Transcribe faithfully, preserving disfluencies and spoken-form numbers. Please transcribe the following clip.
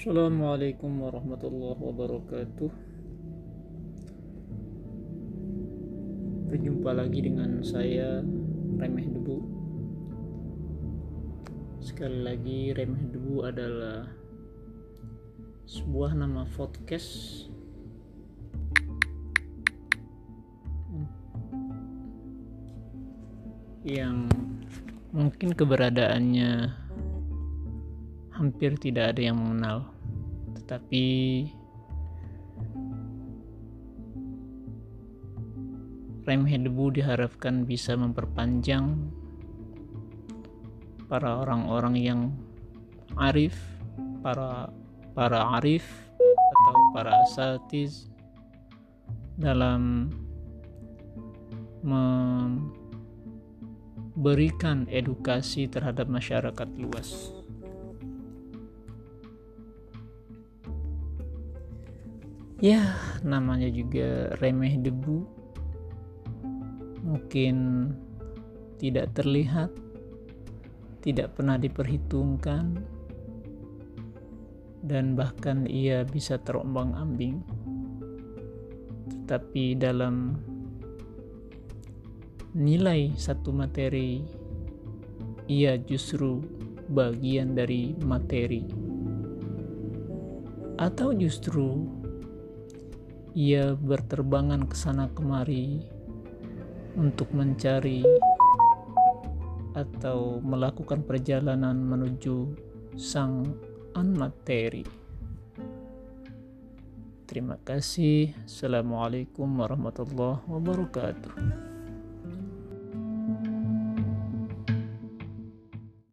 Assalamualaikum warahmatullahi wabarakatuh. Berjumpa lagi dengan saya, Remeh Debu. Sekali lagi, Remeh Debu adalah sebuah nama podcast yang mungkin keberadaannya hampir tidak ada yang mengenal, tetapi Remeh Debu diharapkan bisa memperpanjang para orang-orang yang arif, para para arif atau para asatiz dalam memberikan edukasi terhadap masyarakat luas. Ya, namanya juga Remeh Debu. Mungkin tidak terlihat, tidak pernah diperhitungkan, dan bahkan ia bisa terombang-ambing. Tetapi dalam nilai satu materi, ia justru bagian dari materi. Atau justru ia berterbangan ke sana kemari untuk mencari atau melakukan perjalanan menuju sang anmateri. Terima kasih. Assalamualaikum warahmatullahi wabarakatuh.